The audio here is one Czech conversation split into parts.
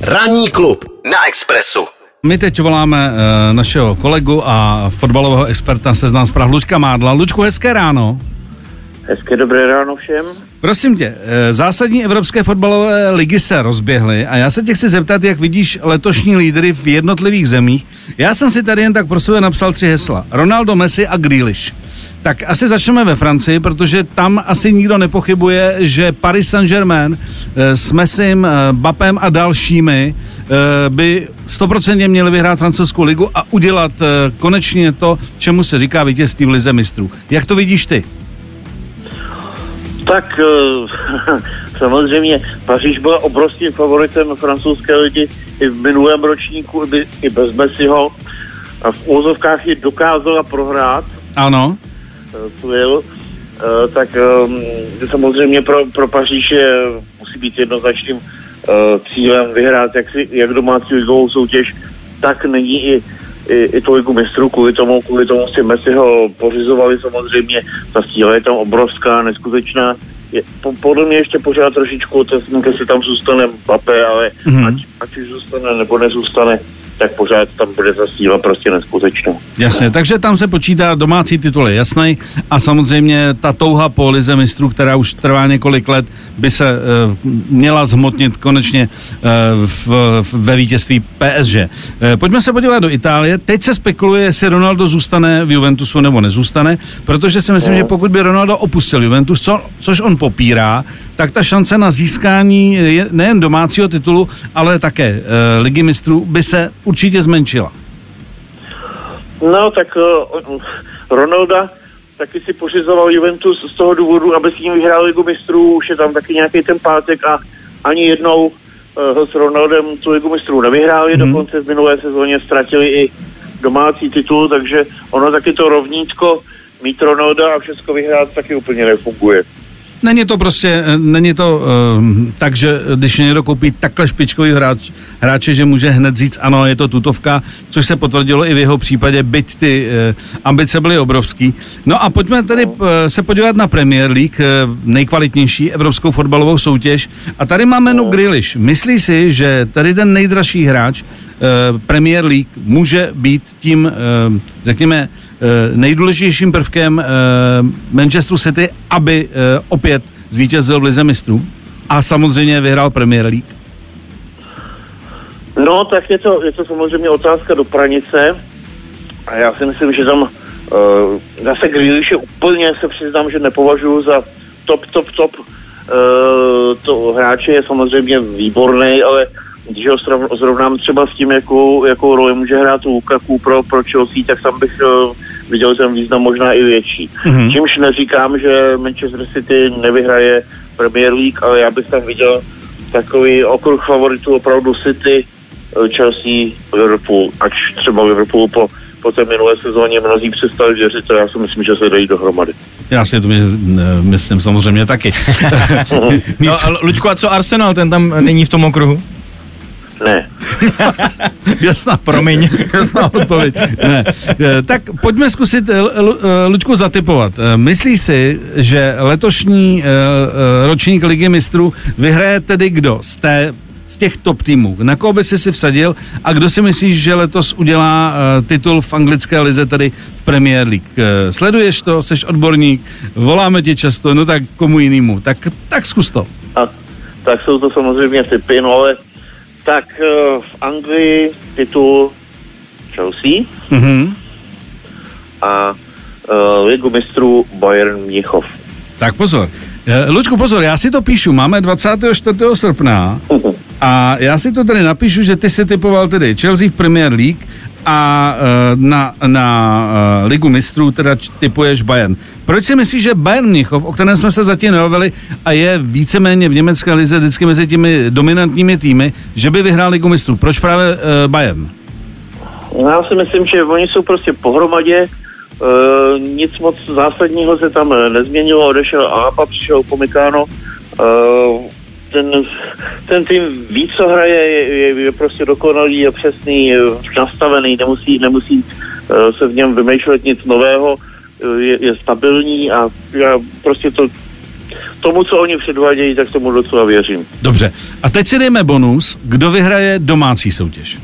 Ranní klub na Expressu. My teď voláme našeho kolegu a fotbalového experta Seznam Zpráv Luďka Mádla. Luďku, hezké ráno. Hezké dobré ráno všem. Prosím tě, zásadní evropské fotbalové ligy se rozběhly a já se tě chci zeptat, jak vidíš letošní lídry v jednotlivých zemích. Já jsem si tady jen tak pro sebe napsal 3 hesla. Ronaldo, Messi a Grealish. Tak asi začneme ve Francii, protože tam asi nikdo nepochybuje, že Paris Saint-Germain s Messim, Mbappem a dalšími by 100% měli vyhrát francouzskou ligu a udělat konečně to, čemu se říká vítězství v lize mistrů. Jak to vidíš ty? Tak samozřejmě Paříž byla obrovským favoritem francouzské ligy i v minulém ročníku, i bez Messiho. A v úvozovkách ji dokázala prohrát. Ano. Tak samozřejmě pro Paříž musí být jednoznačným cílem vyhrát jak domácí ligovou soutěž, tak není i tu ligu mistrů, kvůli tomu si Messiho pořizovali samozřejmě, ta síla je tam obrovská, neskutečná. Podle mě ještě pořád trošičku otazník, jestli tam zůstane Mbappé, ale ať už zůstane nebo nezůstane, tak pořád tam bude ta síla prostě neskutečná. Jasně, takže tam se počítá domácí titul, jasný, a samozřejmě ta touha po lize mistrů, která už trvá několik let, by se měla zhmotnit konečně ve vítězství PSG. Pojďme se podívat do Itálie. Teď se spekuluje, jestli Ronaldo zůstane v Juventusu nebo nezůstane, protože si myslím, že pokud by Ronaldo opustil Juventus, což on popírá, tak ta šance na získání nejen domácího titulu, ale také ligy mistrů by se určitě zmenšila. No, tak Ronalda taky si pořizoval Juventus z toho důvodu, aby s ním vyhrál ligu mistrů, už je tam taky nějaký ten pátek a ani jednou s Ronaldem tu ligu mistrů nevyhráli, dokonce v minulé sezóně ztratili i domácí titul, takže ono taky to rovnítko mít Ronalda a všechno vyhrát taky úplně nefunguje. Není to tak, že když někdo koupí takhle špičkový hráče, že může hned říct ano, je to tutovka, což se potvrdilo i v jeho případě, byť ty ambice byly obrovský. No a pojďme tedy se podívat na Premier League, nejkvalitnější evropskou fotbalovou soutěž. A tady máme Grealish. Myslí si, že tady ten nejdražší hráč Premier League může být tím, řekněme, nejdůležitějším prvkem Manchesteru City, aby opět zvítězil v lize mistrů a samozřejmě vyhrál Premier League? No, tak je to samozřejmě otázka do pranice a já si myslím, že tam zase Grealish úplně se přiznám, že nepovažuji za top. To hráče je samozřejmě výborný, ale když ho zrovnám třeba s tím, jakou roli může hrát Lukaku pro Chelsea, tak tam bych viděl ten význam možná i větší. Čímž neříkám, že Manchester City nevyhraje Premier League, ale já bych tam viděl takový okruh favoritů opravdu City, Chelsea, Liverpool, ač třeba Liverpool po té minulé sezóně mnozí přestali věřit, to já si myslím, že se dají dohromady. Já si to myslím samozřejmě taky. No, Luďku, a co Arsenal, ten tam není v tom okruhu? Ne. Jasná odpověď. Ne. Tak pojďme zkusit, Luďku, zatipovat. Myslíš si, že letošní ročník ligy mistrů vyhraje tedy kdo z těch top týmů? Na koho by si vsadil a kdo si myslíš, že letos udělá titul v anglické lize, tedy v Premier League? Sleduješ to, seš odborník, voláme tě často, no tak komu jinému? Tak zkus to. Tak jsou to samozřejmě tipy, no ale tak v Anglii titul Chelsea a ligu mistrů Bayern Mnichov. Tak pozor. Luďku, pozor, já si to píšu, máme 24. srpna a já si to tady napíšu, že ty si typoval tedy Chelsea v Premier League a na ligu mistrů teda tipuješ Bayern. Proč si myslíš, že Bayern Mnichov, o kterém jsme se zatím nebavili a je víceméně v německé lize vždycky mezi těmi dominantními týmy, že by vyhrál ligu mistrů? Proč právě Bayern? Já si myslím, že oni jsou prostě pohromadě, nic moc zásadního se tam nezměnilo, odešel Alaba, přišel Upamecano, ten tým víc, co hraje, je prostě dokonalý, je přesný, nastavený, nemusí se v něm vymýšlet nic nového, je stabilní a já prostě tomu, co oni předvádějí, tak tomu docela věřím. Dobře. A teď si dejme bonus. Kdo vyhraje domácí soutěž?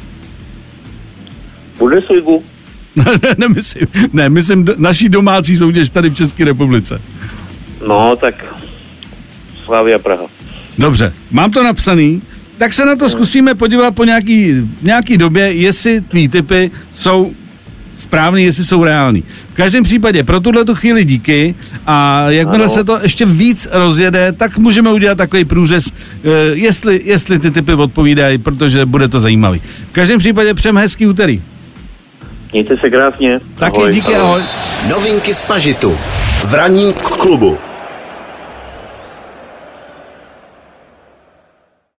Bundesligu? Myslím naší domácí soutěž tady v České republice. No, tak Slavia Praha. Dobře, mám to napsaný, tak se na to zkusíme podívat po nějaký době, jestli tvý tipy jsou správný, jestli jsou reální. V každém případě pro tuhletu chvíli díky a jakmile se to ještě víc rozjede, tak můžeme udělat takový průřez, jestli ty tipy odpovídají, protože bude to zajímavý. V každém případě přejem hezký úterý. Mějte se krásně. Taky díky, ahoj. Novinky z pažitu v ranním klubu.